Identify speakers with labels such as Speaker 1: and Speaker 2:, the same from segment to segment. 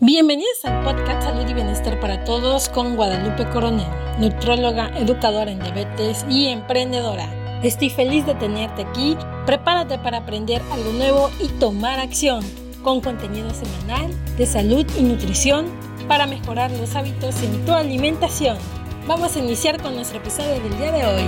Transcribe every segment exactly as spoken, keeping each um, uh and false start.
Speaker 1: Bienvenidos al podcast Salud y Bienestar para Todos con Guadalupe Coronel, nutróloga, educadora en diabetes y emprendedora. Estoy feliz de tenerte aquí. Prepárate para aprender algo nuevo y tomar acción con contenido semanal de salud y nutrición para mejorar los hábitos en tu alimentación. Vamos a iniciar con nuestro episodio del día de hoy.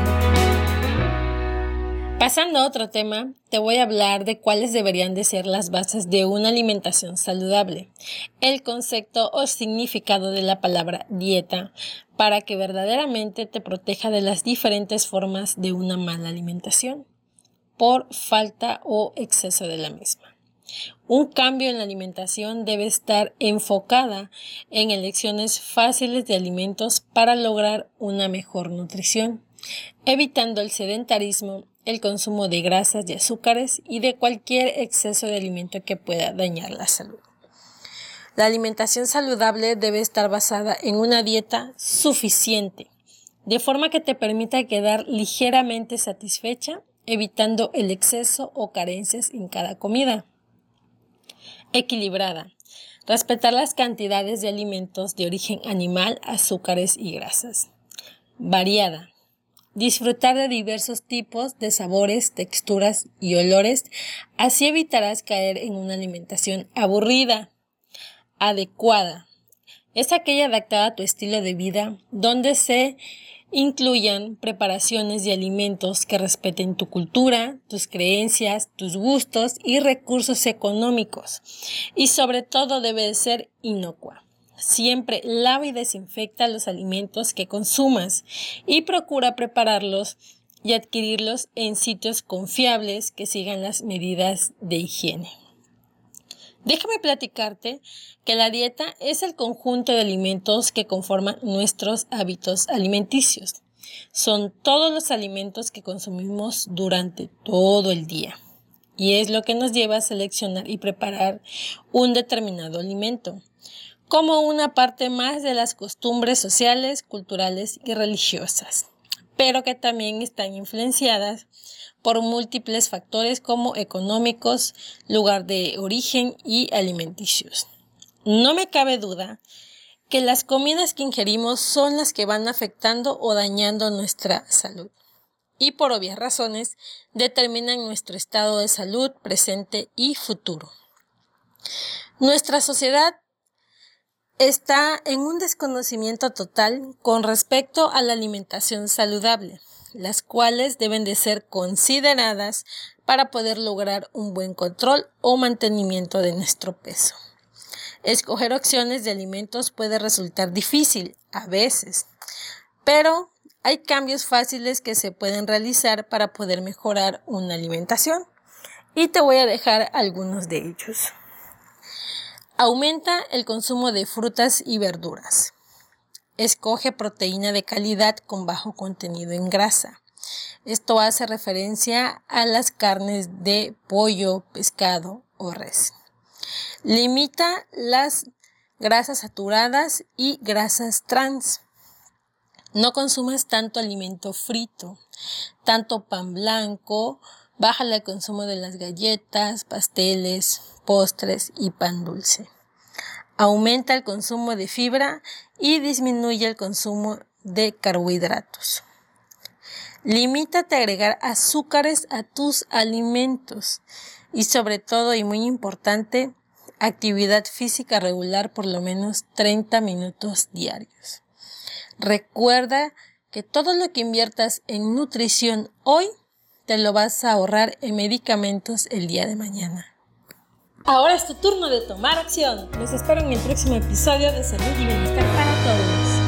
Speaker 1: Pasando a otro tema, te voy a hablar de cuáles deberían de ser las bases de una alimentación saludable, el concepto o significado de la palabra dieta, para que verdaderamente te proteja de las diferentes formas de una mala alimentación, por falta o exceso de la misma. Un cambio en la alimentación debe estar enfocada en elecciones fáciles de alimentos para lograr una mejor nutrición, evitando el sedentarismo, el consumo de grasas y azúcares y de cualquier exceso de alimento que pueda dañar la salud. La alimentación saludable debe estar basada en una dieta suficiente, de forma que te permita quedar ligeramente satisfecha, evitando el exceso o carencias en cada comida. Equilibrada. Respetar las cantidades de alimentos de origen animal, azúcares y grasas. Variada. Disfrutar de diversos tipos de sabores, texturas y olores, así evitarás caer en una alimentación aburrida. Adecuada. Es aquella adaptada a tu estilo de vida, donde se incluyan preparaciones y alimentos que respeten tu cultura, tus creencias, tus gustos y recursos económicos. Y sobre todo debe de ser inocua. Siempre lava y desinfecta los alimentos que consumas y procura prepararlos y adquirirlos en sitios confiables que sigan las medidas de higiene. Déjame platicarte que la dieta es el conjunto de alimentos que conforman nuestros hábitos alimenticios. Son todos los alimentos que consumimos durante todo el día y es lo que nos lleva a seleccionar y preparar un determinado alimento, como una parte más de las costumbres sociales, culturales y religiosas, pero que también están influenciadas por múltiples factores como económicos, lugar de origen y alimenticios. No me cabe duda que las comidas que ingerimos son las que van afectando o dañando nuestra salud y por obvias razones determinan nuestro estado de salud presente y futuro. Nuestra sociedad está en un desconocimiento total con respecto a la alimentación saludable, las cuales deben de ser consideradas para poder lograr un buen control o mantenimiento de nuestro peso. Escoger opciones de alimentos puede resultar difícil a veces, pero hay cambios fáciles que se pueden realizar para poder mejorar una alimentación y te voy a dejar algunos de ellos. Aumenta el consumo de frutas y verduras. Escoge proteína de calidad con bajo contenido en grasa. Esto hace referencia a las carnes de pollo, pescado o res. Limita las grasas saturadas y grasas trans. No consumas tanto alimento frito, tanto pan blanco. Bájale el consumo de las galletas, pasteles, postres y pan dulce. Aumenta el consumo de fibra y disminuye el consumo de carbohidratos. Limítate a agregar azúcares a tus alimentos y sobre todo y muy importante, actividad física regular por lo menos treinta minutos diarios. Recuerda que todo lo que inviertas en nutrición hoy te lo vas a ahorrar en medicamentos el día de mañana. Ahora es tu turno de tomar acción. Los espero en el próximo episodio de Salud y Bienestar para Todos.